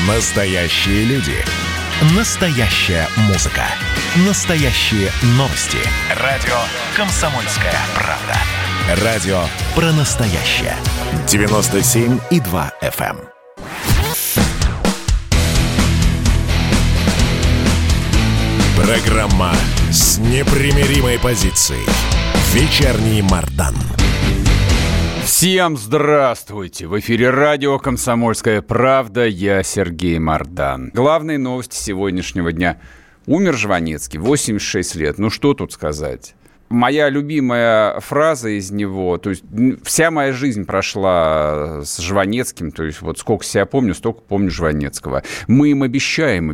Настоящие люди. Настоящая музыка. Настоящие новости. Радио «Комсомольская правда». Радио про настоящее. 97,2 FM. Программа с непримиримой позицией. Вечерний Мардан. Всем здравствуйте! В эфире радио «Комсомольская правда». Я Сергей Мардан. Главные новости сегодняшнего дня. Умер Жванецкий, 86 лет. Ну что тут сказать? Моя любимая фраза из него, то есть вся моя жизнь прошла с Жванецким, то есть вот сколько себя помню, столько помню Жванецкого. Мы им обещаем,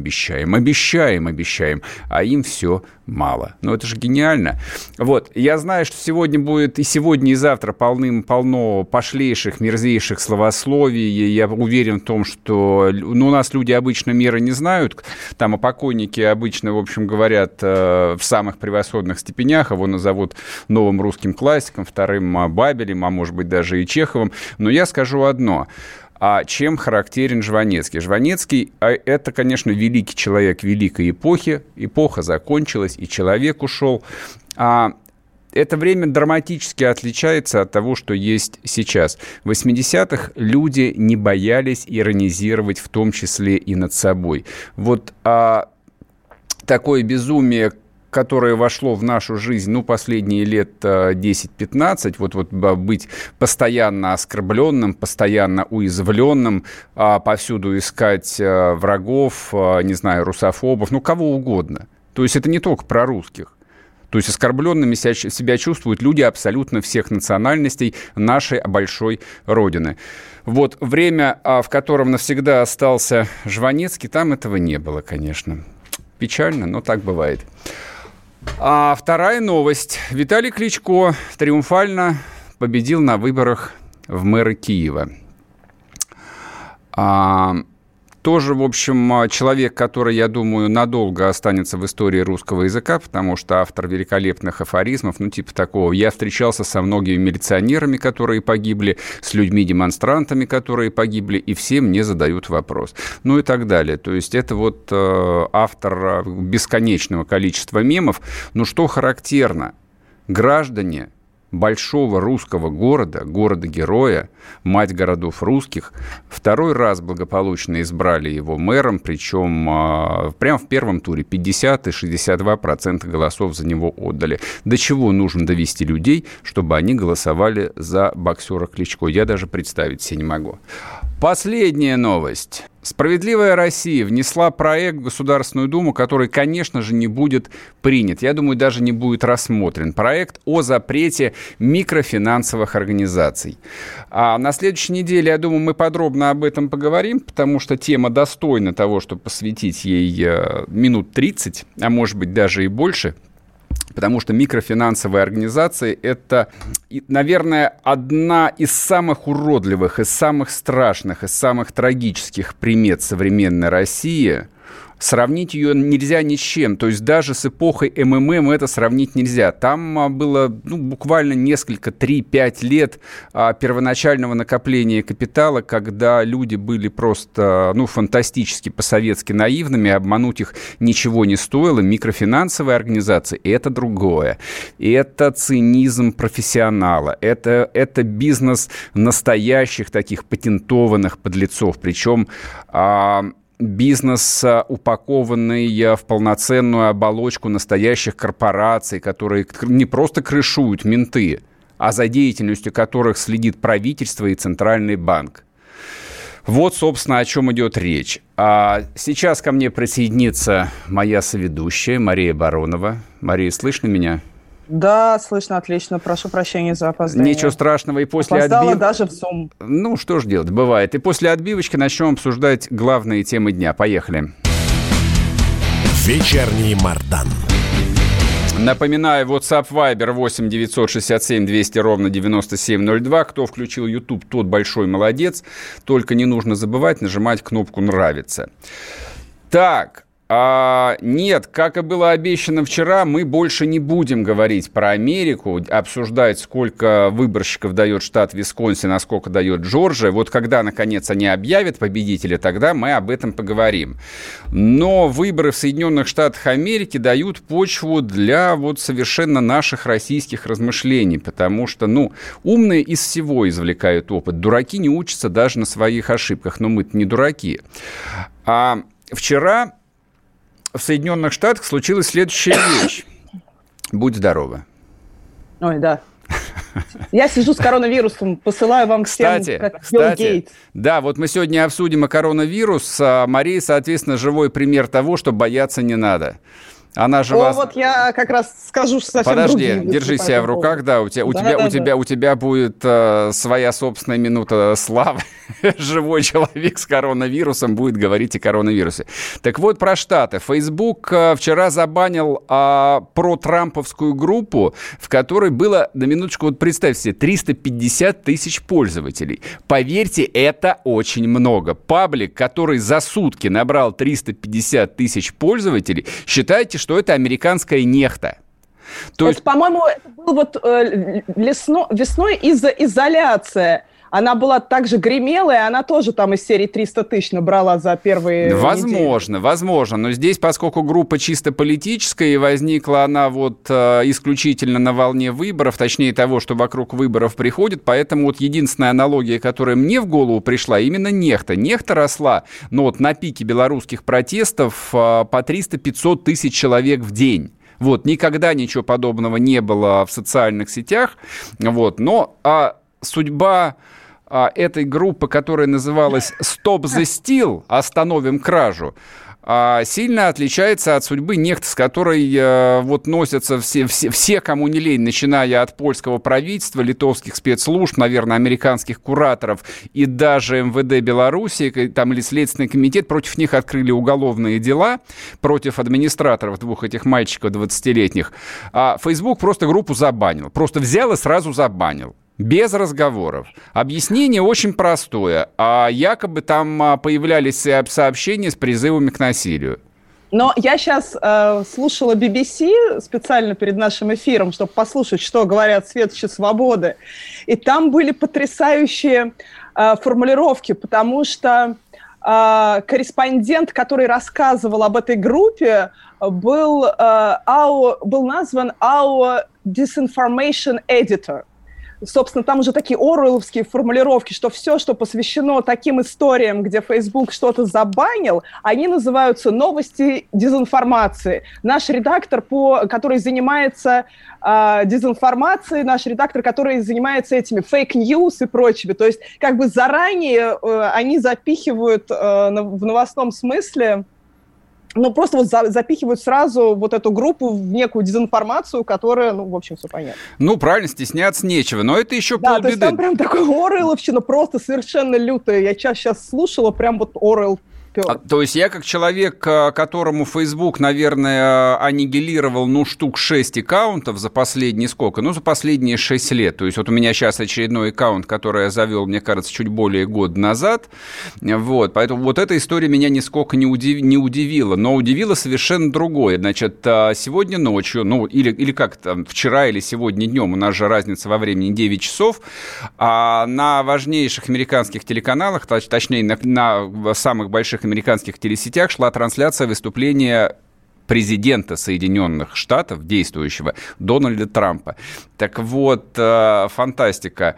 а им все мало. Ну, это же гениально. Вот, я знаю, что сегодня будет и сегодня, и завтра полным-полно пошлейших, мерзейших словословий. Я уверен в том, что у нас люди обычно меры не знают. Там о покойнике обычно, в общем, говорят в самых превосходных степенях. Его назовут новым русским классиком, вторым Бабелем, а может быть даже и Чеховым. Но я скажу одно. А чем характерен Жванецкий? Жванецкий – это, конечно, великий человек великой эпохи. Эпоха закончилась, и человек ушел. Это время драматически отличается от того, что есть сейчас. В 80-х люди не боялись иронизировать, в том числе и над собой. Вот такое безумие, которое вошло в нашу жизнь, последние лет 10-15, вот быть постоянно оскорбленным, постоянно уязвленным, повсюду искать врагов, не знаю, русофобов, кого угодно. То есть это не только про русских. То есть оскорбленными себя чувствуют люди абсолютно всех национальностей нашей большой Родины. Вот время, в котором навсегда остался Жванецкий, там этого не было, конечно. Печально, но так бывает. А вторая новость. Виталий Кличко триумфально победил на выборах в мэры Киева. Тоже, в общем, человек, который, я думаю, надолго останется в истории русского языка, потому что автор великолепных афоризмов, типа такого: «Я встречался со многими милиционерами, которые погибли, с людьми-демонстрантами, которые погибли, и все мне задают вопрос». И так далее. То есть это вот автор бесконечного количества мемов. Но что характерно? Граждане большого русского города-героя, мать городов русских, второй раз благополучно избрали его мэром, причем прямо в первом туре 50 и 62% голосов за него отдали. До чего нужно довести людей, чтобы они голосовали за боксера Кличко? Я даже представить себе не могу. Последняя новость. «Справедливая Россия» внесла проект в Государственную Думу, который, конечно же, не будет принят. Я думаю, даже не будет рассмотрен. Проект о запрете микрофинансовых организаций. А на следующей неделе, я думаю, мы подробно об этом поговорим, потому что тема достойна того, чтобы посвятить ей минут 30, а может быть даже и больше. Потому что микрофинансовые организации – это, наверное, одна из самых уродливых, из самых страшных, из самых трагических примет современной России. Сравнить ее нельзя ни с чем. То есть даже с эпохой МММ это сравнить нельзя. Там было буквально несколько, 3-5 лет первоначального накопления капитала, когда люди были просто фантастически по-советски наивными, обмануть их ничего не стоило. Микрофинансовые организации – это другое. Это цинизм профессионала. Это бизнес настоящих таких патентованных подлецов. Причем бизнес, упакованный в полноценную оболочку настоящих корпораций, которые не просто крышуют менты, а за деятельностью которых следит правительство и Центральный банк. Вот, собственно, о чем идет речь. А сейчас ко мне присоединится моя соведущая Мария Баронова. Мария, слышно меня? Да, слышно отлично. Прошу прощения за опоздание. Ничего страшного. И после опоздала даже в Zoom. Что ж делать, бывает. И после отбивочки начнем обсуждать главные темы дня. Поехали. Вечерний Мардан. Напоминаю, WhatsApp Viber 8 967 200 ровно 9702. Кто включил YouTube, тот большой молодец. Только не нужно забывать нажимать кнопку «Нравится». Так, Нет, как и было обещано вчера, мы больше не будем говорить про Америку, обсуждать, сколько выборщиков дает штат Висконсин, а сколько дает Джорджия. Вот когда, наконец, они объявят победителя, тогда мы об этом поговорим. Но выборы в Соединенных Штатах Америки дают почву для вот совершенно наших российских размышлений, потому что, умные из всего извлекают опыт. Дураки не учатся даже на своих ошибках, но мы-то не дураки. А вчера в Соединенных Штатах случилась следующая вещь. Будь здорова. Ой, да. Я сижу с коронавирусом, посылаю вам всем, как Билл Гейтс. Да, вот мы сегодня обсудим о Марии, соответственно, живой пример того, что бояться не надо. Она же вот я как раз скажу совсем другие. Подожди, держи себя в руках, да, у тебя будет своя собственная минута славы. Живой человек с коронавирусом будет говорить о коронавирусе. Так вот, про Штаты. Facebook вчера забанил протрамповскую группу, в которой было, на минуточку, вот представь себе, 350 тысяч пользователей. Поверьте, это очень много. Паблик, который за сутки набрал 350 тысяч пользователей, считайте, что это американская нехта. По-моему, это был весной из-за-изоляция. Она была также гремела, и она тоже там из серии 300 тысяч набрала за первые недели. Возможно. Но здесь, поскольку группа чисто политическая, и возникла она исключительно на волне выборов, точнее того, что вокруг выборов приходит, поэтому вот единственная аналогия, которая мне в голову пришла, именно нехта. Нехта росла, на пике белорусских протестов по 300-500 тысяч человек в день. Никогда ничего подобного не было в социальных сетях. Но судьба этой группы, которая называлась «Stop the Steal», «Остановим кражу», сильно отличается от судьбы нехты, с которой носятся все, кому не лень, начиная от польского правительства, литовских спецслужб, наверное, американских кураторов и даже МВД Беларуси, там, или Следственный комитет. Против них открыли уголовные дела, против администраторов двух этих мальчиков 20-летних. А Facebook просто группу забанил. Просто взял и сразу забанил. Без разговоров. Объяснение очень простое. Якобы там появлялись сообщения с призывами к насилию. Но я сейчас слушала BBC специально перед нашим эфиром, чтобы послушать, что говорят светочи свободы. И там были потрясающие формулировки, потому что корреспондент, который рассказывал об этой группе, был назван «Our Disinformation Editor». Собственно, там уже такие оруэлловские формулировки, что все, что посвящено таким историям, где Facebook что-то забанил, они называются «новости дезинформации». Наш редактор, который занимается дезинформацией, наш редактор, который занимается этими фейк-ньюс и прочими. То есть как бы заранее они запихивают в новостном смысле, просто запихивают сразу эту группу в некую дезинформацию, которая, в общем, все понятно. Правильно, стесняться нечего, но это еще полбеды. Да, то есть там прям такой оруэлловщина, просто совершенно лютая. Я сейчас слушала, прям Оруэлл. То есть я как человек, которому Facebook, наверное, аннигилировал, штук 6 аккаунтов за последние сколько? За последние 6 лет. То есть у меня сейчас очередной аккаунт, который я завел, мне кажется, чуть более года назад. Поэтому эта история меня нисколько не удивила. Но удивило совершенно другое. Значит, сегодня ночью, или как там, вчера или сегодня днем, у нас же разница во времени 9 часов, на важнейших американских телеканалах, точнее, на самых больших американских телесетях шла трансляция выступления президента Соединенных Штатов, действующего, Дональда Трампа. Так вот, фантастика.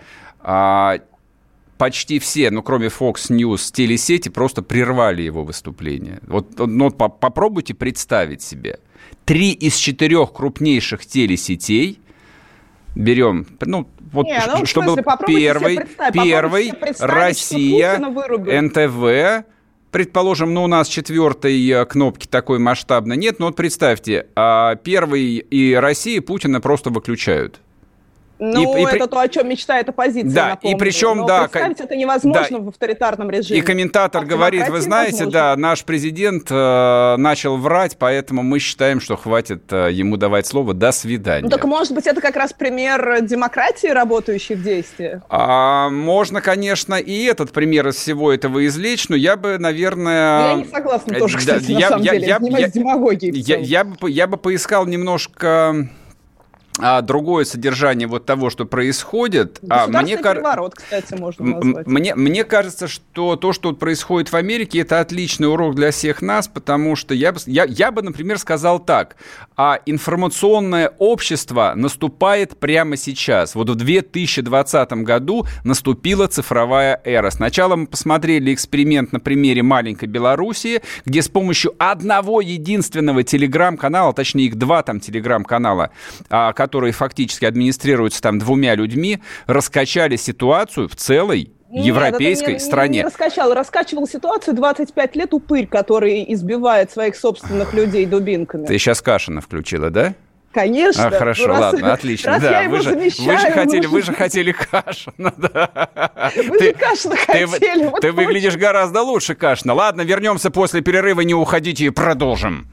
Почти все, кроме Fox News, телесети просто прервали его выступление. Попробуйте представить себе. 3 из 4 крупнейших телесетей берем, чтобы первый Россия, НТВ, предположим, у нас 4-й кнопки такой масштабной нет, но представьте, первый и Россия Путина просто выключают. Это то, о чем мечтает оппозиция, да, напомню. И причем, но да, представить это невозможно в авторитарном режиме. И комментатор говорит, вы знаете, да, наш президент начал врать, поэтому мы считаем, что хватит ему давать слово. До свидания. Так, может быть, это как раз пример демократии, работающей в действии? Можно, конечно, и этот пример из всего этого извлечь, но я бы, наверное... Я не согласна тоже, кстати, на самом деле. Я занимаюсь демагогией. Я бы поискал немножко... другое содержание вот того, что происходит. Государственный переворот, кстати, можно назвать. Мне кажется, что то, что происходит в Америке, это отличный урок для всех нас, потому что я бы, например, сказал так. Информационное общество наступает прямо сейчас. Вот в 2020 году наступила цифровая эра. Сначала мы посмотрели эксперимент на примере маленькой Белоруссии, где с помощью одного единственного телеграм-канала, точнее их два там телеграм-канала, которые фактически администрируются там 2 людьми, раскачали ситуацию в целой европейской стране. Не раскачивал ситуацию 25 лет упырь, который избивает своих собственных людей дубинками. Ты сейчас Кашина включила, да? Конечно. Хорошо, ладно, отлично. Да, вы же хотели Кашина. Да. Вы же Кашина хотели. Ты выглядишь гораздо лучше Кашина. Ладно, вернемся после перерыва, не уходите и продолжим.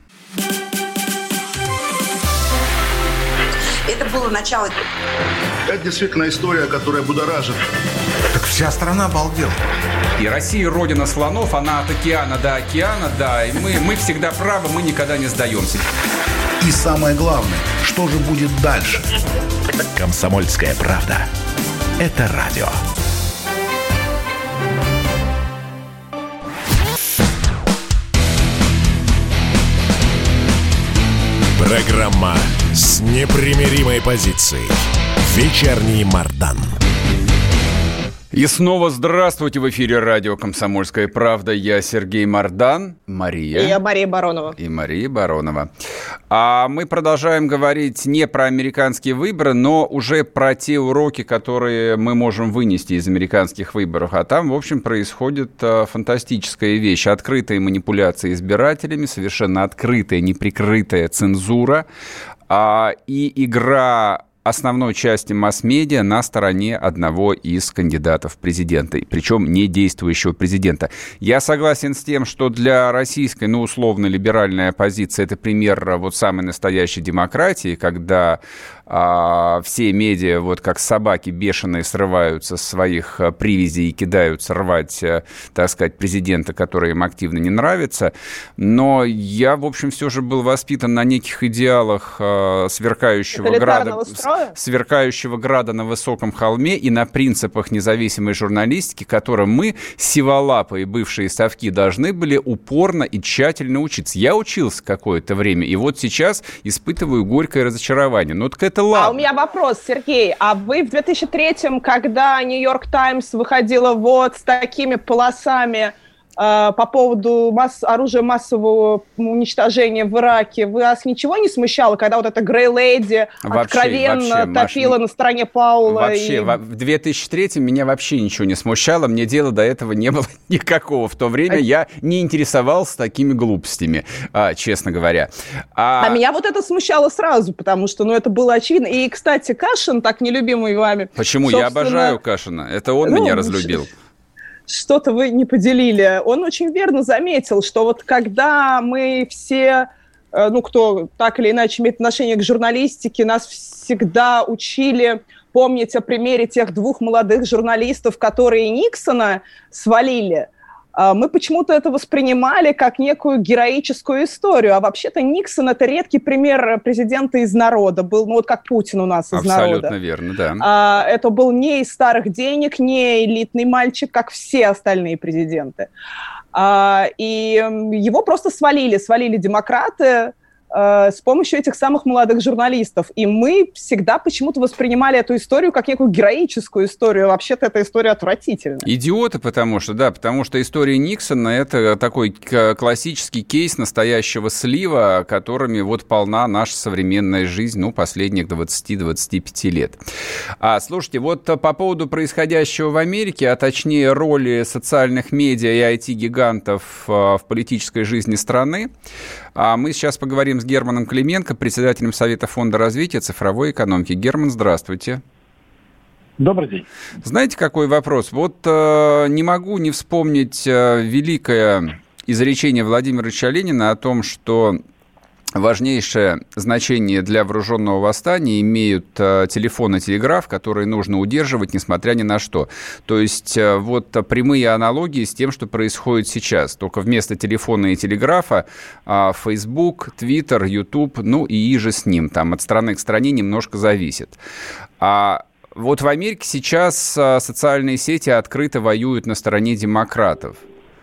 Это было начало. Это действительно история, которая будоражит. Так вся страна обалдела. И Россия родина слонов, она от океана до океана, да. И мы всегда правы, мы никогда не сдаемся. И самое главное, что же будет дальше? «Комсомольская правда». Это радио. Программа с непримиримой позицией. Вечерний Мардан. И снова здравствуйте, в эфире радио «Комсомольская правда». Я Сергей Мардан, Мария. И я Мария Баронова. И Мария Баронова. А мы продолжаем говорить не про американские выборы, но уже про те уроки, которые мы можем вынести из американских выборов. А там, в общем, происходит фантастическая вещь. Открытые манипуляции избирателями, совершенно открытая, неприкрытая цензура и игра основной части масс-медиа на стороне одного из кандидатов в президенты, причем не действующего президента. Я согласен с тем, что для российской, условно-либеральной оппозиции это пример вот самой настоящей демократии, когда все медиа, вот как собаки бешеные, срываются с своих привязей и кидаются рвать, так сказать, президента, который им активно не нравится. Но я, в общем, все же был воспитан на неких идеалах сверкающего града на высоком холме и на принципах независимой журналистики, которым мы, сиволапые бывшие совки, должны были упорно и тщательно учиться. Я учился какое-то время, и вот сейчас испытываю горькое разочарование. Но так это ладно. А у меня вопрос, Сергей. А вы в 2003-м, когда «Нью-Йорк Таймс» выходила вот с такими полосами по поводу оружия массового уничтожения в Ираке, вас ничего не смущало, когда вот эта Грей Леди откровенно топила на стороне Паула? Вообще, в 2003-м меня вообще ничего не смущало, мне дела до этого не было никакого. В то время я не интересовался такими глупостями, честно говоря. А меня вот это смущало сразу, потому что, это было очевидно. И, кстати, Кашин, так нелюбимый вами... Почему? Я обожаю Кашина. Это он меня разлюбил. Что-то вы не поделили. Он очень верно заметил, что вот когда мы все, кто так или иначе имеет отношение к журналистике, нас всегда учили помнить о примере тех 2 молодых журналистов, которые Никсона свалили. Мы почему-то это воспринимали как некую героическую историю. А вообще-то Никсон – это редкий пример президента из народа. Был, вот как Путин у нас из народа. Абсолютно верно, да. Это был не из старых денег, не элитный мальчик, как все остальные президенты. И его просто свалили демократы с помощью этих самых молодых журналистов. И мы всегда почему-то воспринимали эту историю как некую героическую историю. Вообще-то эта история отвратительная. Идиоты, потому что история Никсона – это такой классический кейс настоящего слива, которыми вот полна наша современная жизнь, последних 20-25 лет. Слушайте, вот по поводу происходящего в Америке, а точнее роли социальных медиа и IT-гигантов в политической жизни страны, мы сейчас поговорим с Германом Клименко, председателем Совета фонда развития цифровой экономики. Герман, здравствуйте. Добрый день. Знаете, какой вопрос? Вот не могу не вспомнить великое изречение Владимира Ильича Ленина о том, что важнейшее значение для вооруженного восстания имеют телефон и телеграф, которые нужно удерживать, несмотря ни на что. То есть вот прямые аналогии с тем, что происходит сейчас. Только вместо телефона и телеграфа Facebook, Twitter, YouTube, ну и иже с ним. Там от страны к стране немножко зависит. А вот в Америке сейчас социальные сети открыто воюют на стороне демократов.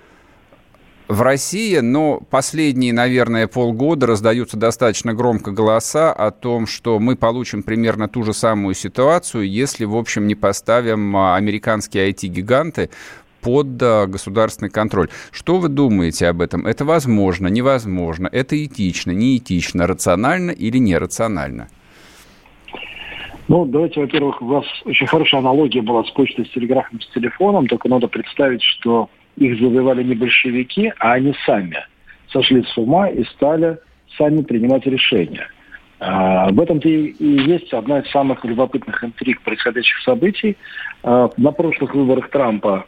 В России, последние, наверное, полгода раздаются достаточно громко голоса о том, что мы получим примерно ту же самую ситуацию, если, в общем, не поставим американские IT-гиганты под государственный контроль. Что вы думаете об этом? Это возможно, невозможно? Это этично, неэтично, рационально или нерационально? Давайте, во-первых, у вас очень хорошая аналогия была с почтой, с телеграфом, с телефоном, только надо представить, что их завоевали не большевики, а они сами сошли с ума и стали сами принимать решения. В этом-то и есть одна из самых любопытных интриг происходящих событий. На прошлых выборах Трампа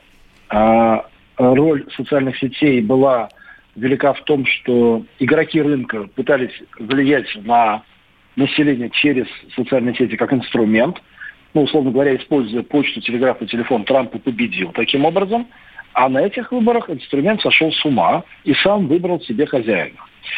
роль социальных сетей была велика в том, что игроки рынка пытались влиять на население через социальные сети как инструмент. Условно говоря, используя почту, телеграф и телефон, Трамп и победил таким образом. А на этих выборах инструмент сошел с ума и сам выбрал себе хозяина.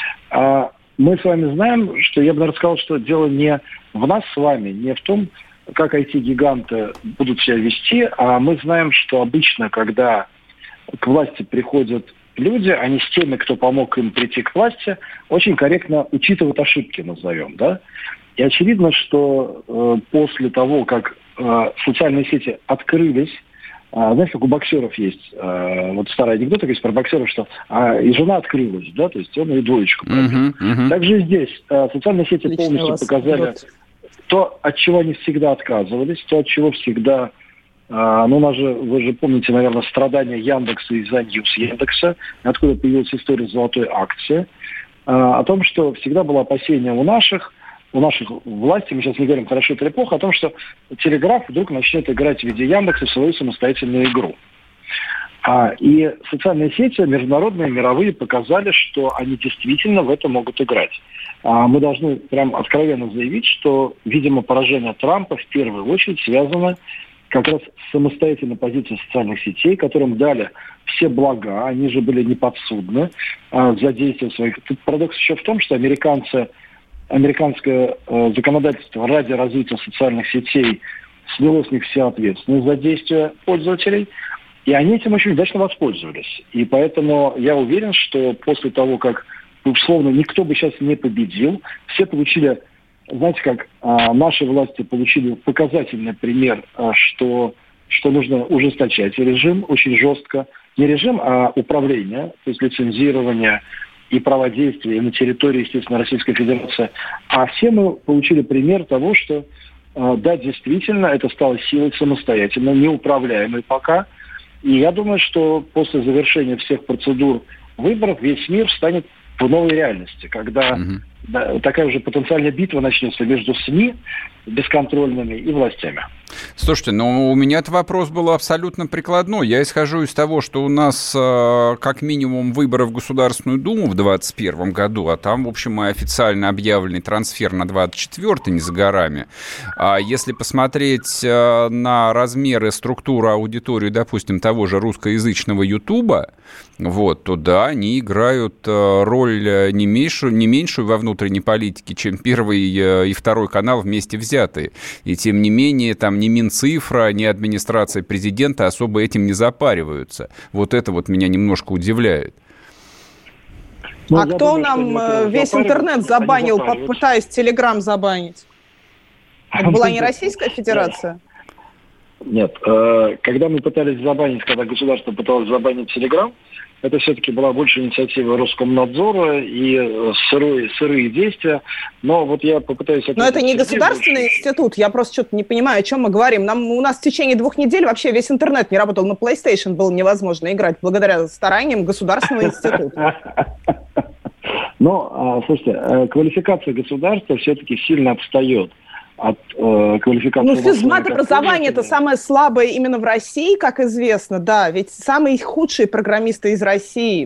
Мы с вами знаем, что я бы рассказал, что дело не в нас с вами, не в том, как IT-гиганты будут себя вести, а мы знаем, что обычно, когда к власти приходят люди, они с теми, кто помог им прийти к власти, очень корректно учитывают ошибки, назовем, да? И очевидно, что после того, как социальные сети открылись, знаете, как у боксеров есть, вот старый анекдот есть про боксеров, что и жена открылась, да, то есть он и двоечку пробил. Также и здесь социальные сети полностью показали то, от чего они всегда отказывались, то, от чего всегда... вы же помните, наверное, страдания Яндекса из-за Ньюс Яндекса, откуда появилась история золотой акции, о том, что всегда было опасение у наших властей, мы сейчас не говорим, хорошо это или плохо, о том, что Телеграф вдруг начнет играть в виде Яндекса в свою самостоятельную игру. И социальные сети, международные, мировые, показали, что они действительно в это могут играть. Мы должны прям откровенно заявить, что, видимо, поражение Трампа в первую очередь связано как раз с самостоятельной позицией социальных сетей, которым дали все блага, они же были неподсудны за действия своих. Тут парадокс еще в том, что американское законодательство ради развития социальных сетей сняло с них все ответственность за действия пользователей, и они этим очень удачно воспользовались. И поэтому я уверен, что после того, как, условно, никто бы сейчас не победил, все получили, знаете, как наши власти получили показательный пример, что нужно ужесточать режим очень жестко. Не режим, а управление, то есть лицензирование и права действия на территории, естественно, Российской Федерации. А все мы получили пример того, что, да, действительно, это стало силой самостоятельно, неуправляемой пока. И я думаю, что после завершения всех процедур выборов весь мир станет в новой реальности, когда такая уже потенциальная битва начнется между СМИ бесконтрольными и властями. Слушайте, у меня-то вопрос был абсолютно прикладной. Я исхожу из того, что у нас как минимум выборы в Государственную Думу в 2021 году, а там, в общем, и официально объявленный трансфер на 2024 не за горами. А если посмотреть на размеры, структуру, аудиторию, допустим, того же русскоязычного Ютуба, то да, они играют роль не меньшую во внутренней политике, чем Первый и Второй канал вместе взятые. И тем не менее, там ни Минцифра, ни администрация президента особо этим не запариваются. Вот это вот меня немножко удивляет. А кто нам весь интернет забанил, пытаясь Телеграм забанить? Это была не Российская Федерация? Нет. Когда мы пытались забанить, когда государство пыталось забанить Телеграм, это все-таки была больше инициатива Роскомнадзора и сырые действия. Но вот я попытаюсь... Но это не государственный институт. Я просто что-то не понимаю, о чем мы говорим. У нас в течение 2 недель вообще весь интернет не работал. На PlayStation было невозможно играть благодаря стараниям государственного института. Но, слушайте, квалификация государства все-таки сильно отстает от квалификации. Ну, физмат-образование – это самое слабое именно в России, как известно, да, ведь самые худшие программисты из России.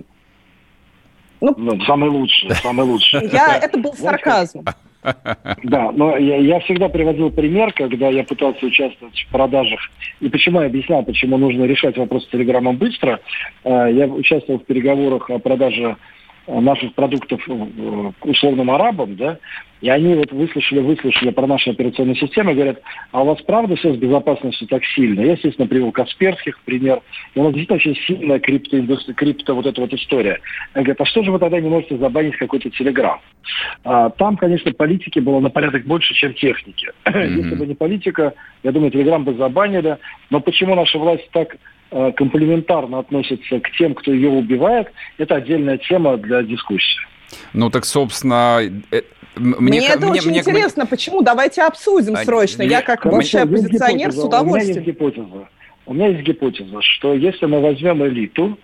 Самые лучшие. Это был сарказм. Да, но я всегда приводил пример, когда я пытался участвовать в продажах. И почему я объяснял, почему нужно решать вопрос с Телеграмом быстро. Я участвовал в переговорах о продаже наших продуктов условным арабам, да, и они вот выслушали про нашу операционную систему и говорят, а у вас правда все с безопасностью так сильно? Я, естественно, привел Касперских в пример. И у нас действительно очень сильная крипто вот эта вот история. Они говорят, а что же вы тогда не можете забанить какой-то Телеграм? Там, конечно, политики было на порядок больше, чем техники. Если бы не политика, я думаю, Телеграм бы забанили. Но почему наша власть так комплементарно относится к тем, кто ее убивает, это отдельная тема для дискуссии. Ну, так, собственно... Мне очень интересно, почему? Давайте обсудим срочно. Я, как бывший оппозиционер, с удовольствием. У меня есть гипотеза, что если мы возьмем элиту,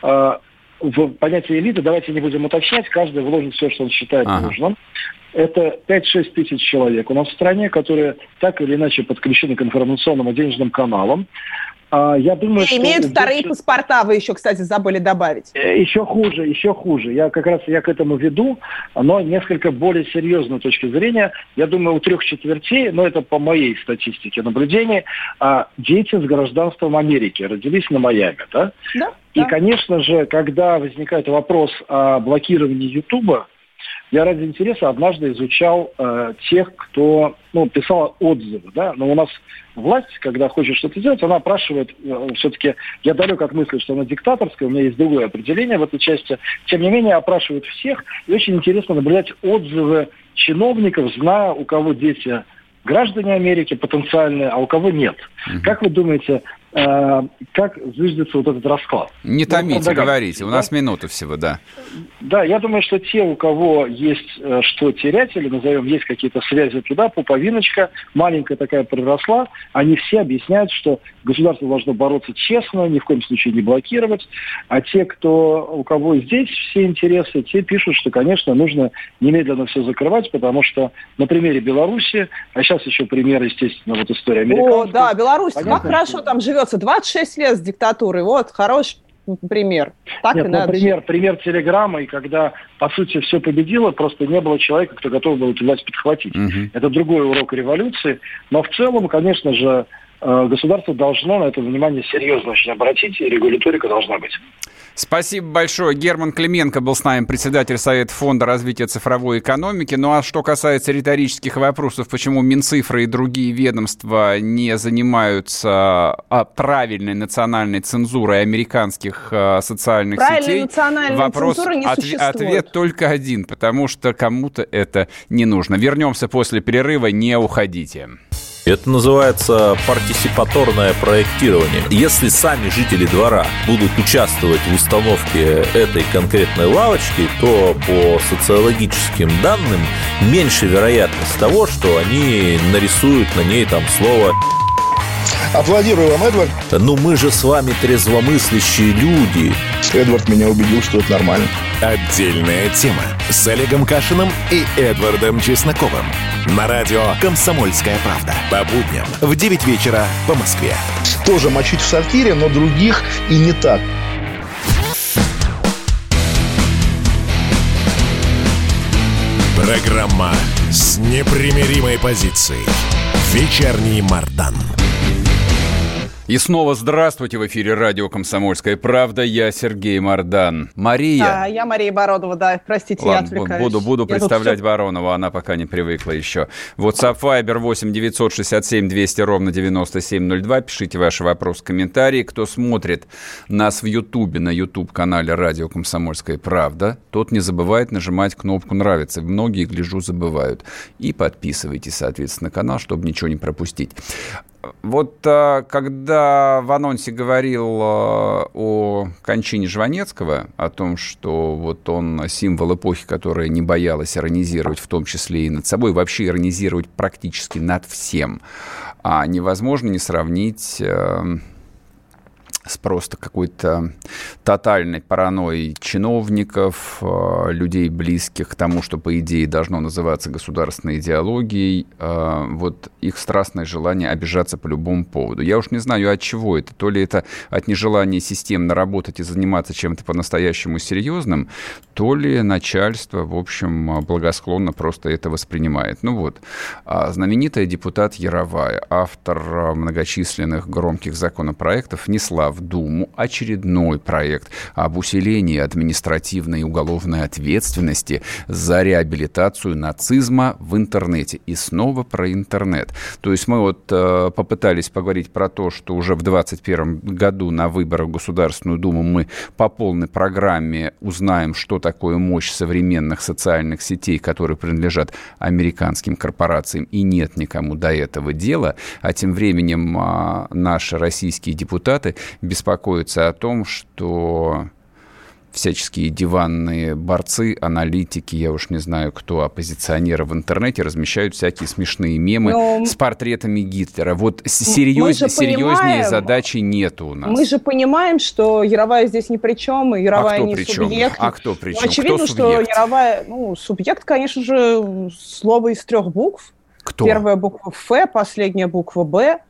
в понятие элиты, давайте не будем уточнять, каждый вложит все, что он считает нужным. Это 5-6 тысяч человек у нас в стране, которые так или иначе подключены к информационным и денежным каналам. Я думаю, и имеют вторые паспорта, вы еще, кстати, забыли добавить. Еще хуже. Я к этому веду, но несколько более серьезной точки зрения. Я думаю, у 3/4, но это по моей статистике наблюдений, дети с гражданством Америки родились на Майами, да? Да. И, конечно же, когда возникает вопрос о блокировании Ютуба, я ради интереса однажды изучал тех, кто писал отзывы, да, но у нас власть, когда хочет что-то делать, она опрашивает, все-таки я далек от мысли, что она диктаторская, у меня есть другое определение в этой части, тем не менее опрашивает всех, и очень интересно наблюдать отзывы чиновников, зная, у кого дети граждане Америки потенциальные, а у кого нет. Как вы думаете, как зиждется вот этот расклад? Не томите, говорите, у нас минута всего, да. Да, я думаю, что те, у кого есть что терять, или, назовем, есть какие-то связи туда, пуповиночка, маленькая такая приросла, они все объясняют, что государство должно бороться честно, ни в коем случае не блокировать, а те, у кого здесь все интересы, те пишут, что, конечно, нужно немедленно все закрывать, потому что на примере Беларуси, а сейчас еще пример, естественно, вот история американская. О, да, Беларусь, как хорошо там живется, 26 лет с диктатурой, вот, хороший пример. Так Нет, и надо. Пример Телеграма, и когда, по сути, все победило, просто не было человека, кто готов был эту власть подхватить. Это другой урок революции, но в целом, конечно же, государство должно на это внимание серьезно очень обратить, и регуляторика должна быть. Спасибо большое. Герман Клименко был с нами, председатель Совета фонда развития цифровой экономики. Ну а что касается риторических вопросов, почему Минцифры и другие ведомства не занимаются правильной национальной цензурой американских социальных сетей, вопрос, ответ только один, потому что кому-то это не нужно. Вернемся после перерыва, не уходите. Это называется партисипаторное проектирование. Если сами жители двора будут участвовать в установке этой конкретной лавочки, то по социологическим данным меньше вероятность того, что они нарисуют на ней там слово. Аплодирую вам, Эдвард. Ну мы же с вами трезвомыслящие люди. Эдвард меня убедил, что это нормально. Отдельная тема с Олегом Кашиным и Эдвардом Чесноковым. На радио «Комсомольская правда». По будням в 9 вечера по Москве. Тоже мочить в сортире, но других и не так. Программа с непримиримой позицией. Вечерний Мардан. И снова здравствуйте, в эфире радио «Комсомольская правда». Я Сергей Мардан. Мария. Да, я Мария Баронова, да, простите, ладно, я отвлекаюсь. Буду представлять Баронова, она пока не привыкла еще. WhatsApp, Viber 8 967 200 ровно 9702. Пишите ваши вопросы, комментарии. Кто смотрит нас в Ютубе, на YouTube-канале радио «Комсомольская правда», тот не забывает нажимать кнопку «Нравится». Многие, гляжу, забывают. И подписывайтесь, соответственно, на канал, чтобы ничего не пропустить. Вот когда в анонсе говорил о кончине Жванецкого, о том, что вот он символ эпохи, которая не боялась иронизировать, в том числе и над собой, вообще иронизировать практически над всем, невозможно не сравнить с просто какой-то тотальной паранойей чиновников, людей, близких к тому, что, по идее, должно называться государственной идеологией, вот их страстное желание обижаться по любому поводу. Я уж не знаю, от чего это. То ли это от нежелания системно работать и заниматься чем-то по-настоящему серьезным, то ли начальство, в общем, благосклонно просто это воспринимает. Ну вот, знаменитая депутат Яровая, автор многочисленных громких законопроектов, внесла в Думу очередной проект об усилении административной и уголовной ответственности за реабилитацию нацизма в интернете. И снова про интернет. То есть мы вот попытались поговорить про то, что уже в 2021 году на выборах в Государственную Думу мы по полной программе узнаем, что такое мощь современных социальных сетей, которые принадлежат американским корпорациям, и нет никому до этого дела. А тем временем наши российские депутаты беспокоятся о том, что всяческие диванные борцы, аналитики, я уж не знаю кто, оппозиционеры в интернете размещают всякие смешные мемы с портретами Гитлера. Вот серьезнее задачи нету у нас. Мы же понимаем, что Яровая здесь ни при чем, и Яровая не субъект. А кто при чем? Очевидно, что Яровая, субъект, конечно же, слово из 3 букв. Кто? Первая буква Ф, последняя буква Б.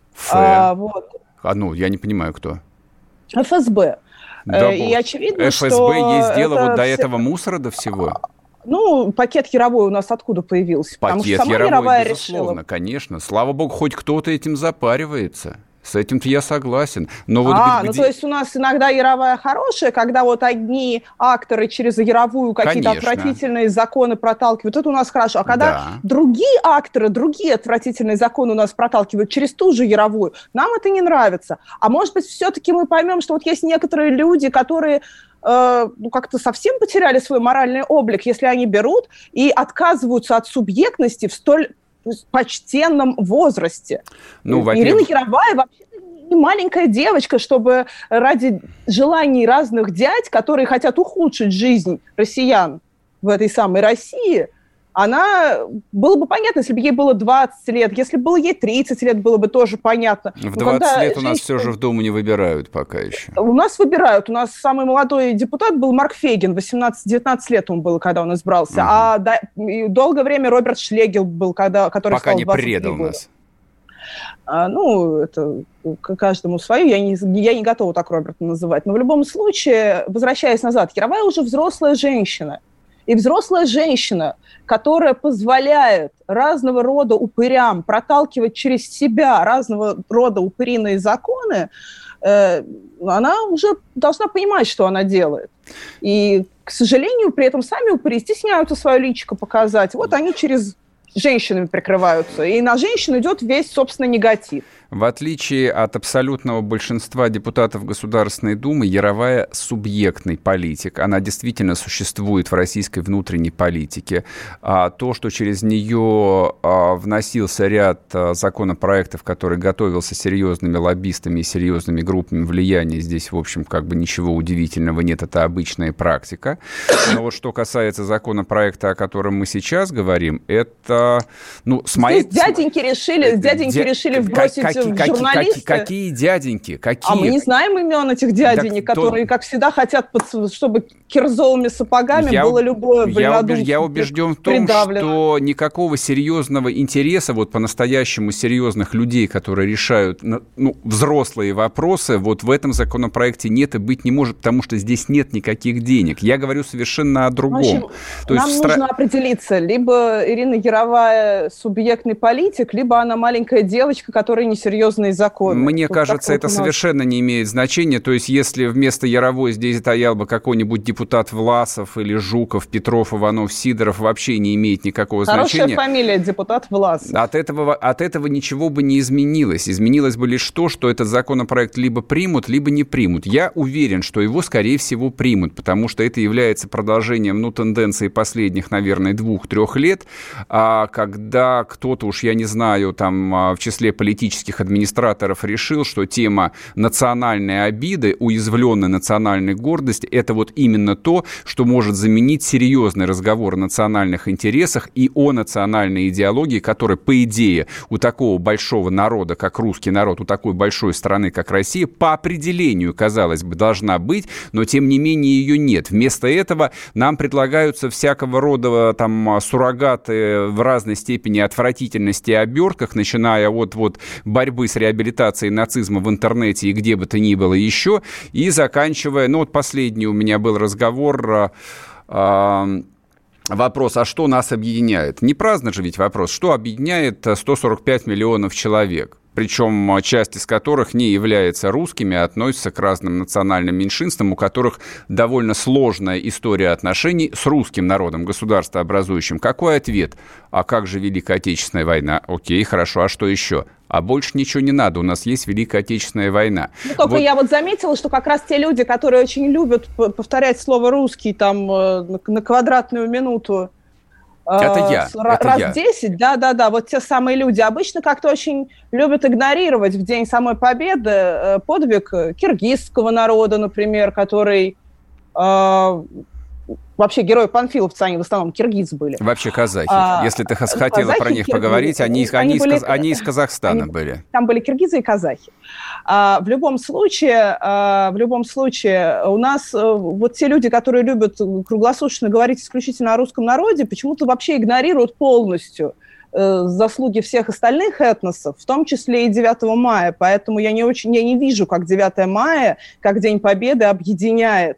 Я не понимаю, кто. ФСБ. Да, и очевидно, ФСБ что есть дело вот до этого мусора, до всего. Пакет Яровой у нас откуда появился? Пакет Потому что сама Яровой, безусловно, решила. Конечно. Слава богу, хоть кто-то этим запаривается. С этим-то я согласен. Но вот то есть у нас иногда Яровая хорошая, когда вот одни акторы через Яровую какие-то отвратительные законы проталкивают, это у нас хорошо. А когда другие акторы, другие отвратительные законы у нас проталкивают через ту же Яровую, нам это не нравится. А может быть, все-таки мы поймем, что вот есть некоторые люди, которые как-то совсем потеряли свой моральный облик, если они берут и отказываются от субъектности в столь почтенном возрасте. Ирина Яровая вообще не маленькая девочка, чтобы ради желаний разных дядь, которые хотят ухудшить жизнь россиян в этой самой России, было бы понятно, если бы ей было 20 лет, если бы было ей 30 лет, было бы тоже понятно. В 20 лет у нас все же в Думу не выбирают пока еще. У нас выбирают. У нас самый молодой депутат был Марк Фейгин, 18-19 лет ему было, когда он избрался. Долгое время Роберт Шлегел был, который пока стал 23 не предал года. Нас. Это каждому свое. Я не готова так Роберта называть. Но в любом случае, возвращаясь назад, Яровая уже взрослая женщина. И взрослая женщина, которая позволяет разного рода упырям проталкивать через себя разного рода упыриные законы, она уже должна понимать, что она делает. И, к сожалению, при этом сами упыри стесняются свое личико показать. Вот они через женщинами прикрываются. И на женщин идет весь, собственно, негатив. В отличие от абсолютного большинства депутатов Государственной Думы, Яровая субъектный политик. Она действительно существует в российской внутренней политике. То, что через нее вносился ряд законопроектов, который готовился серьезными лоббистами и серьезными группами влияния, здесь, в общем, ничего удивительного нет, это обычная практика. Но вот что касается законопроекта, о котором мы сейчас говорим, это... Здесь дяденьки решили вбросить журналисты. Какие дяденьки? Какие? А мы не знаем имен этих дяденек, которые, как всегда, хотят, чтобы кирзовыми сапогами было любое вольнодумство. Я убежден в том, что никакого серьезного интереса, по-настоящему серьезных людей, которые решают взрослые вопросы, в этом законопроекте нет и быть не может, потому что здесь нет никаких денег. Я говорю совершенно о другом. В общем, нам нужно определиться. Либо Ирина Яровая субъектный политик, либо она маленькая девочка, которая несерьезные законы. Мне кажется, это совершенно не имеет значения. То есть, если вместо Яровой здесь стоял бы какой-нибудь депутат Власов или Жуков, Петров, Иванов, Сидоров, вообще не имеет никакого значения. Хорошая фамилия, депутат Власов. От этого ничего бы не изменилось. Изменилось бы лишь то, что этот законопроект либо примут, либо не примут. Я уверен, что его, скорее всего, примут, потому что это является продолжением, тенденции последних, наверное, 2-3 лет, когда кто-то, уж я не знаю, в числе политических российских администраторов решил, что тема национальной обиды, уязвленной национальной гордости, это вот именно то, что может заменить серьезный разговор о национальных интересах и о национальной идеологии, которая, по идее, у такого большого народа, как русский народ, у такой большой страны, как Россия, по определению, казалось бы, должна быть, но, тем не менее, ее нет. Вместо этого нам предлагаются всякого рода там суррогаты в разной степени отвратительности и обертках, начиная от вот борьбы с реабилитацией нацизма в интернете и где бы то ни было еще, и заканчивая, ну вот последний у меня был разговор, вопрос, а что нас объединяет? Не праздно же ведь вопрос, что объединяет 145 миллионов человек? Причем часть из которых не является русскими, а относится к разным национальным меньшинствам, у которых довольно сложная история отношений с русским народом, государствообразующим. Какой ответ? А как же Великая Отечественная война? Окей, хорошо, а что еще? А больше ничего не надо, у нас есть Великая Отечественная война. Ну, только я вот заметила, что как раз те люди, которые очень любят повторять слово «русский» там на квадратную минуту, это я. Раз 10, да, вот те самые люди обычно как-то очень любят игнорировать в День самой Победы подвиг киргизского народа, например, который... Вообще герои панфиловцы, они в основном киргизы были. Вообще казахи. Если ты хотела про них поговорить, они из Казахстана были. Там были киргизы и казахи. В любом случае, у нас вот те люди, которые любят круглосуточно говорить исключительно о русском народе, почему-то вообще игнорируют полностью заслуги всех остальных этносов, в том числе и 9 мая. Поэтому я не вижу, как 9 мая, как День Победы объединяет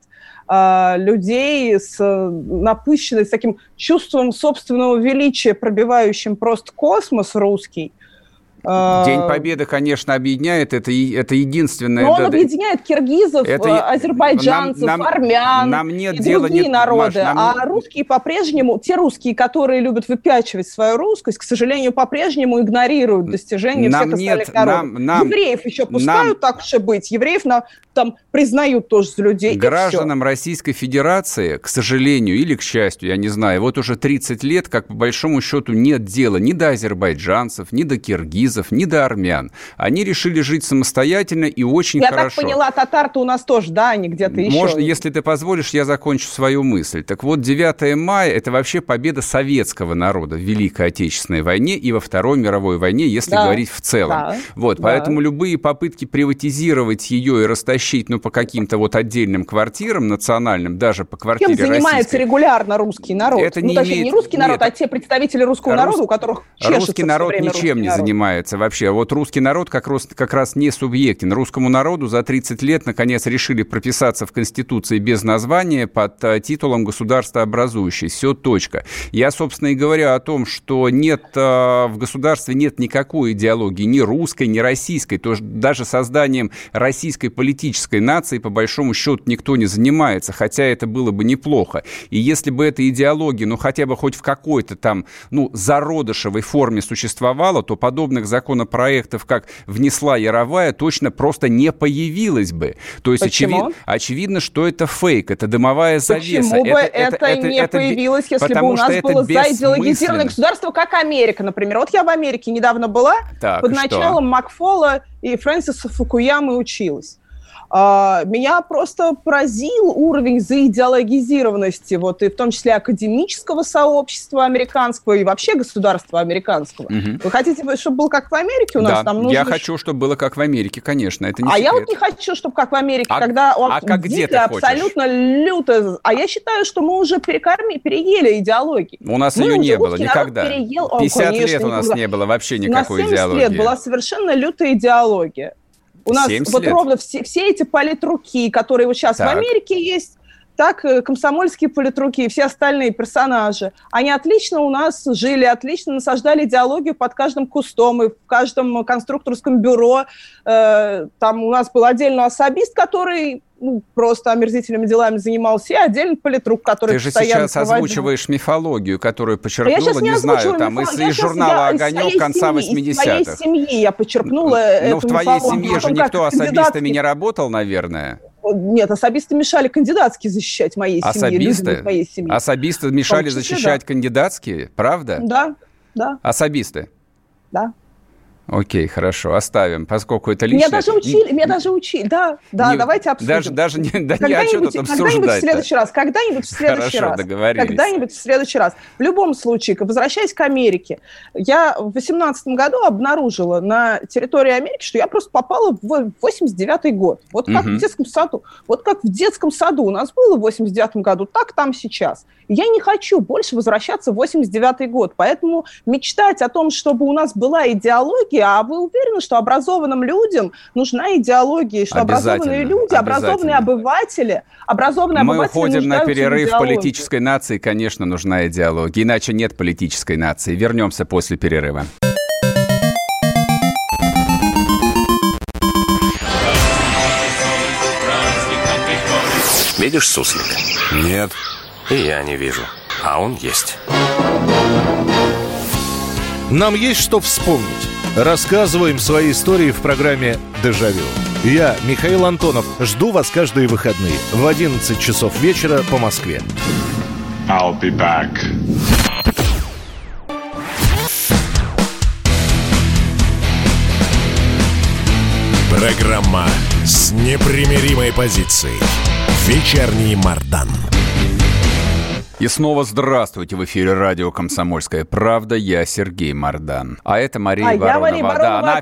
людей с напыщенной, с таким чувством собственного величия, пробивающим просто космос русский. День Победы, конечно, объединяет, это единственное... Но он объединяет киргизов, азербайджанцев, армян и другие народы. А русские по-прежнему, те русские, которые любят выпячивать свою русскость, к сожалению, по-прежнему игнорируют достижения всех остальных народов. Евреев еще пускают, так уж и быть. Евреев там признают тоже за людей. Гражданам Российской Федерации, к сожалению или к счастью, я не знаю, вот уже 30 лет, как по большому счету, нет дела ни до азербайджанцев, ни до киргизов, ни до армян. Они решили жить самостоятельно и очень хорошо. Я так поняла, татар-то у нас тоже, да, они где-то еще. Можно, если ты позволишь, я закончу свою мысль. Так вот, 9 мая – это вообще победа советского народа в Великой Отечественной войне и во Второй мировой войне, если говорить в целом. Да, вот, поэтому любые попытки приватизировать ее и растащить, по каким-то вот отдельным квартирам национальным, даже по квартире российской. Чем занимается регулярно русский народ? Это не русский народ, а те представители русского народа, у которых чешется русский народ ничем не занимается вообще. Вот русский народ как раз не субъектен. Русскому народу за 30 лет, наконец, решили прописаться в Конституции без названия под титулом государствообразующий. Все, точка. Я, собственно, и говорю о том, что в государстве нет никакой идеологии, ни русской, ни российской. То есть даже созданием российской политической нации, по большому счету, никто не занимается, хотя это было бы неплохо. И если бы эта идеология, хотя бы хоть в какой-то там, зародышевой форме существовала, то подобных законопроектов, как внесла Яровая, точно просто не появилось бы. То есть очевидно, что это фейк, это дымовая завеса. Почему бы это не появилось, если бы у нас было заидеологизированное государство, как Америка, например? Вот я в Америке недавно была, под началом Макфола и Фрэнсиса Фукуямы училась. Меня просто поразил уровень заидеологизированности, и в том числе академического сообщества американского и вообще государства американского. Угу. Вы хотите, чтобы было как в Америке у нас? Да, я хочу, чтобы было как в Америке, конечно, это не секрет. Я не хочу, чтобы как в Америке, когда дико, абсолютно люто. А я считаю, что мы уже переели идеологию. У нас ее не было никогда. 50 лет у нас не было вообще никакой идеологии. У нас 70 лет была совершенно лютая идеология. У нас ровно все эти политруки, которые вот сейчас в Америке есть, так комсомольские политруки и все остальные персонажи, они отлично у нас жили, отлично насаждали идеологию под каждым кустом и в каждом конструкторском бюро. Там у нас был отдельный особист, который просто омерзительными делами занимался, и отдельный политрук, который постоянно... Ты же сейчас озвучиваешь мифологию, которую почерпнула, не знаю, там, из журнала «Огонек» конца 80-х. Из своей семьи я почерпнула эту в твоей семье же никто особистами не работал, наверное? Нет, особисты мешали кандидатские защищать моей семьи. Особисты мешали защищать кандидатские, правда? Да. Особисты? Да. Окей, хорошо, оставим, поскольку это личное... Меня даже учили, да, давайте обсудим. Даже не, да не о чем тут обсуждать. Когда-нибудь в следующий раз. В любом случае, возвращаясь к Америке, я в 2018 году обнаружила на территории Америки, что я просто попала в 89-й год. Вот как в детском саду. Вот как в детском саду у нас было в 89-м году, так там сейчас. Я не хочу больше возвращаться в 89-й год, поэтому мечтать о том, чтобы у нас была идеология, а вы уверены, что образованным людям нужна идеология, что образованные люди, образованные обыватели Мы уходим на перерыв политической нации, конечно, нужна идеология, иначе нет политической нации. Вернемся после перерыва. Видишь суслика? Нет. И я не вижу. А он есть. Нам есть что вспомнить. Рассказываем свои истории в программе «Дежавю». Я, Михаил Антонов, жду вас каждые выходные в 11 часов вечера по Москве. I'll be back. Программа с непримиримой позицией. Вечерний Мардан. И снова здравствуйте. В эфире радио «Комсомольская правда». Я Сергей Мардан. А это Мария Баронова.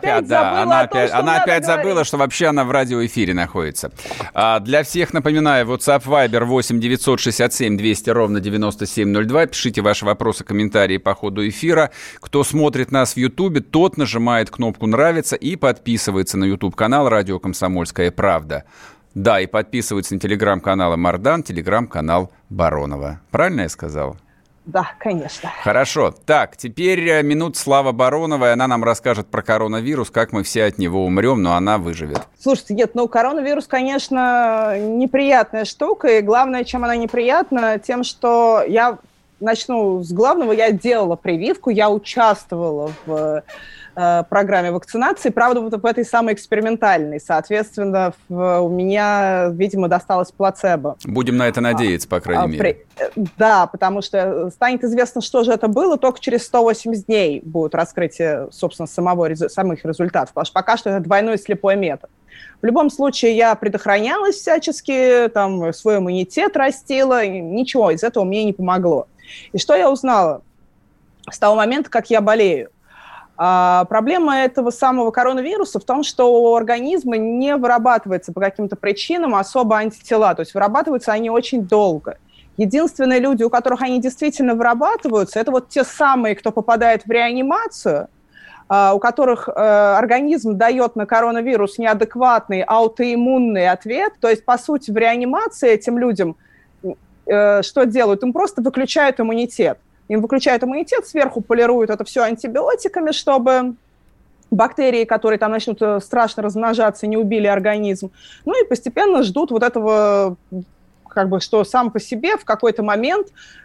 Она опять забыла, что вообще она в радиоэфире находится. Для всех напоминаю, WhatsApp, Viber 8 967 200 ровно 9702. Пишите ваши вопросы, комментарии по ходу эфира. Кто смотрит нас в Ютубе, тот нажимает кнопку «Нравится» и подписывается на YouTube-канал «Радио Комсомольская правда». Да, и подписываются на телеграм-каналы Мардан, телеграм-канал Баронова. Правильно я сказал? Да, конечно. Хорошо. Так, теперь минут слава Бароновой. Она нам расскажет про коронавирус, как мы все от него умрем, но она выживет. Слушайте, нет, коронавирус, конечно, неприятная штука. И главное, чем она неприятна, тем, что я начну с главного. Я делала прививку, я участвовала в программе вакцинации, правда, вот в этой самой экспериментальной. Соответственно, у меня, видимо, досталось плацебо. Будем на это надеяться, по крайней мере. Да, потому что станет известно, что же это было, только через 180 дней будет раскрытие, собственно, самих результатов, потому что пока что это двойной слепой метод. В любом случае, я предохранялась всячески, там, свой иммунитет растила, ничего из этого мне не помогло. И что я узнала с того момента, как я болею? Проблема этого самого коронавируса в том, что у организма не вырабатывается по каким-то причинам особо антитела, то есть вырабатываются они очень долго. Единственные люди, у которых они действительно вырабатываются, это вот те самые, кто попадает в реанимацию, у которых организм дает на коронавирус неадекватный аутоиммунный ответ, то есть, по сути, в реанимации этим людям что делают? Им просто выключают иммунитет. Им выключают иммунитет, сверху полируют это все антибиотиками, чтобы бактерии, которые там начнут страшно размножаться, не убили организм. Ну и постепенно ждут вот этого, что сам по себе в какой-то момент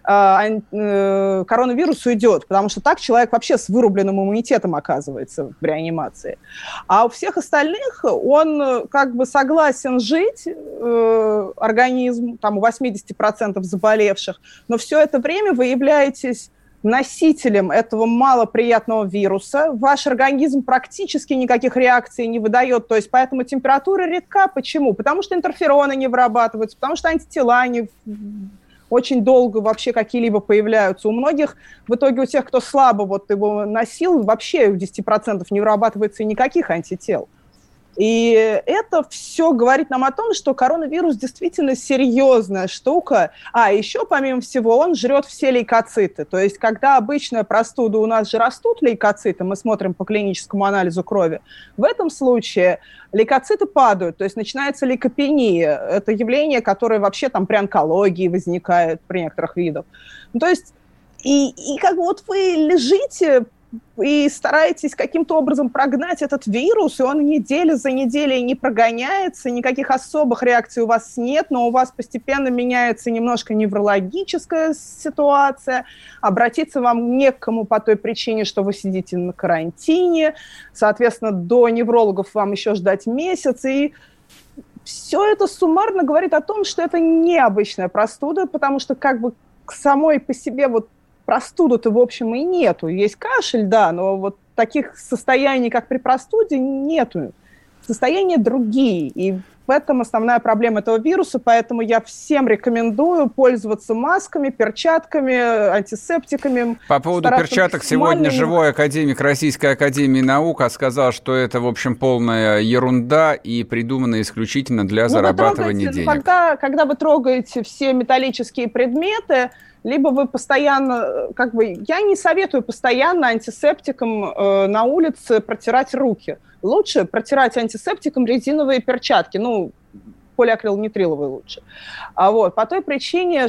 коронавирус уйдет, потому что так человек вообще с вырубленным иммунитетом оказывается в реанимации. А у всех остальных он согласен жить, организм, там у 80% заболевших, но все это время вы являетесь носителем этого малоприятного вируса. Ваш организм практически никаких реакций не выдает, то есть поэтому температура редка. Почему? Потому что интерфероны не вырабатываются, потому что антитела не очень долго вообще какие-либо появляются. У многих, в итоге у тех, кто слабо его носил, вообще у 10% не вырабатывается никаких антител. И это все говорит нам о том, что коронавирус действительно серьезная штука. Еще, помимо всего, он жрет все лейкоциты. То есть, когда обычная простуда, у нас же растут лейкоциты, мы смотрим по клиническому анализу крови, в этом случае лейкоциты падают, то есть начинается лейкопения. Это явление, которое вообще там при онкологии возникает, при некоторых видах. То есть, и вы лежите и стараетесь каким-то образом прогнать этот вирус, и он неделя за неделей не прогоняется, никаких особых реакций у вас нет, но у вас постепенно меняется немножко неврологическая ситуация, обратиться вам не к кому по той причине, что вы сидите на карантине, соответственно, до неврологов вам еще ждать месяц, и все это суммарно говорит о том, что это необычная простуда, потому что самой по себе простуды-то, в общем, и нету. Есть кашель, да, но таких состояний, как при простуде, нету. Состояния другие, и в этом основная проблема этого вируса, поэтому я всем рекомендую пользоваться масками, перчатками, антисептиками. По поводу перчаток сегодня живой академик Российской академии наук сказал, что это, в общем, полная ерунда и придумано исключительно для зарабатывания денег. Когда вы трогаете все металлические предметы, либо вы постоянно, я не советую постоянно антисептиком на улице протирать руки. Лучше протирать антисептиком резиновые перчатки, полиакрилнитриловые лучше. По той причине,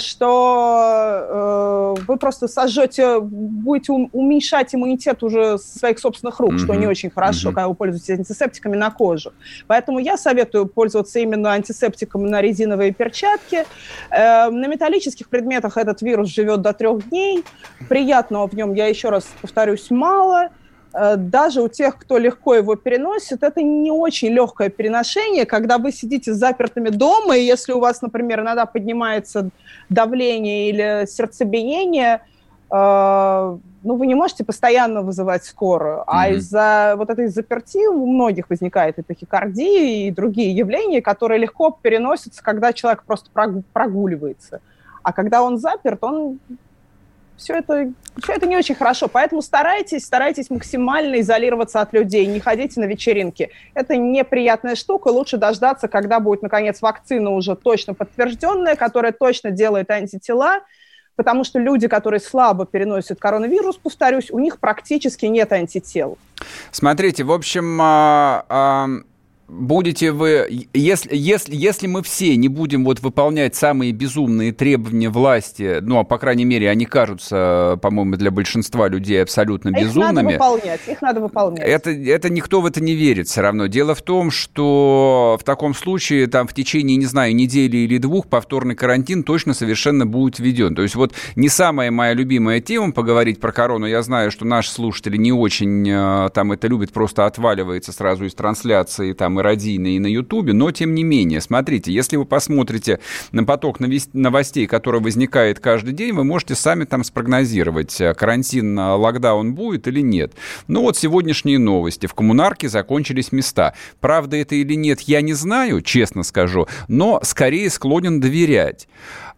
что вы просто будете уменьшать иммунитет уже своих собственных рук, что не очень хорошо, когда вы пользуетесь антисептиками на кожу. Поэтому я советую пользоваться именно антисептиком на резиновые перчатки. На металлических предметах этот вирус живет до 3 дней. Приятного в нем, я еще раз повторюсь, мало. Даже у тех, кто легко его переносит, это не очень легкое переношение, когда вы сидите запертыми дома, и если у вас, например, иногда поднимается давление или сердцебиение, вы не можете постоянно вызывать скорую. А из-за этой заперти у многих возникает и тахикардия, и другие явления, которые легко переносятся, когда человек просто прогуливается. А когда он заперт, Все это не очень хорошо, поэтому старайтесь максимально изолироваться от людей, не ходите на вечеринки. Это неприятная штука, лучше дождаться, когда будет, наконец, вакцина уже точно подтвержденная, которая точно делает антитела, потому что люди, которые слабо переносят коронавирус, повторюсь, у них практически нет антител. Смотрите, в общем... Будете вы, если мы все не будем выполнять самые безумные требования власти, по крайней мере, они кажутся, по-моему, для большинства людей абсолютно безумными. Их надо выполнять. Это никто в это не верит все равно. Дело в том, что в таком случае в течение, не знаю, недели или 2 повторный карантин точно совершенно будет введен. То есть не самая моя любимая тема поговорить про корону. Я знаю, что наши слушатели не очень это любят, просто отваливается сразу из трансляции и радийные, и на Ютубе, но тем не менее, смотрите, если вы посмотрите на поток новостей, который возникает каждый день, вы можете сами спрогнозировать, карантин, локдаун будет или нет. Сегодняшние новости. В коммунарке закончились места. Правда это или нет, я не знаю, честно скажу, но скорее склонен доверять.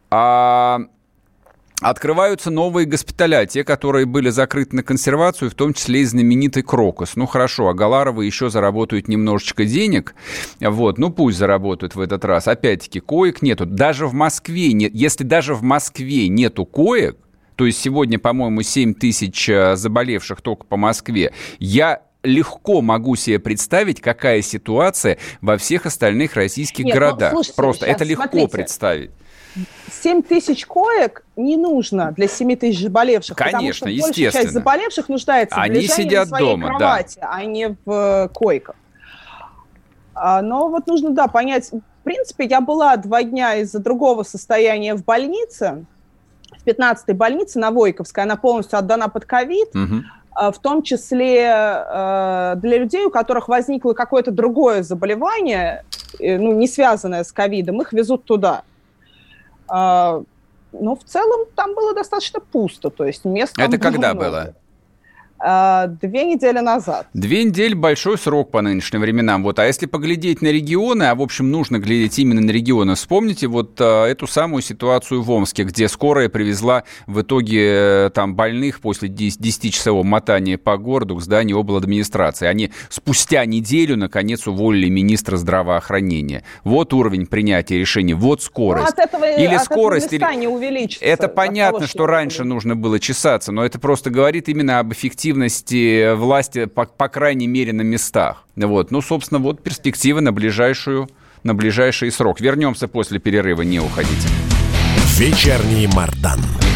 Открываются новые госпиталя, те, которые были закрыты на консервацию, в том числе и знаменитый Крокус. Хорошо, Галаровы еще заработают немножечко денег, пусть заработают в этот раз. Опять-таки, коек нету. Даже в Москве нет. Если даже в Москве нету коек, то есть сегодня, по-моему, 7 тысяч заболевших только по Москве, я легко могу себе представить, какая ситуация во всех остальных российских городах. Просто это легко представить. 7 тысяч коек не нужно для 7 тысяч заболевших. Конечно, потому что большая часть заболевших нуждается в лежании на своей кровати, а не в койках. Но нужно, понять. В принципе, я была 2 дня из-за другого состояния в больнице, в 15-й больнице на Войковской. Она полностью отдана под ковид. В том числе для людей, у которых возникло какое-то другое заболевание, не связанное с ковидом, их везут туда. Но в целом там было достаточно пусто, то есть мест там было много. Это когда много. было? 2 недели назад. 2 недели – большой срок по нынешним временам. А если поглядеть на регионы, в общем, нужно глядеть именно на регионы, вспомните эту самую ситуацию в Омске, где скорая привезла в итоге больных после 10-часового мотания по городу к зданию обладминистрации. Они спустя неделю, наконец, уволили министра здравоохранения. Уровень принятия решений, скорость. От этого места не увеличится. Это понятно, что раньше нужно было чесаться, но это просто говорит именно об эффективности власти, по крайней мере, на местах. Собственно, перспективы на ближайший срок. Вернемся после перерыва, не уходите. Вечерний Мардан.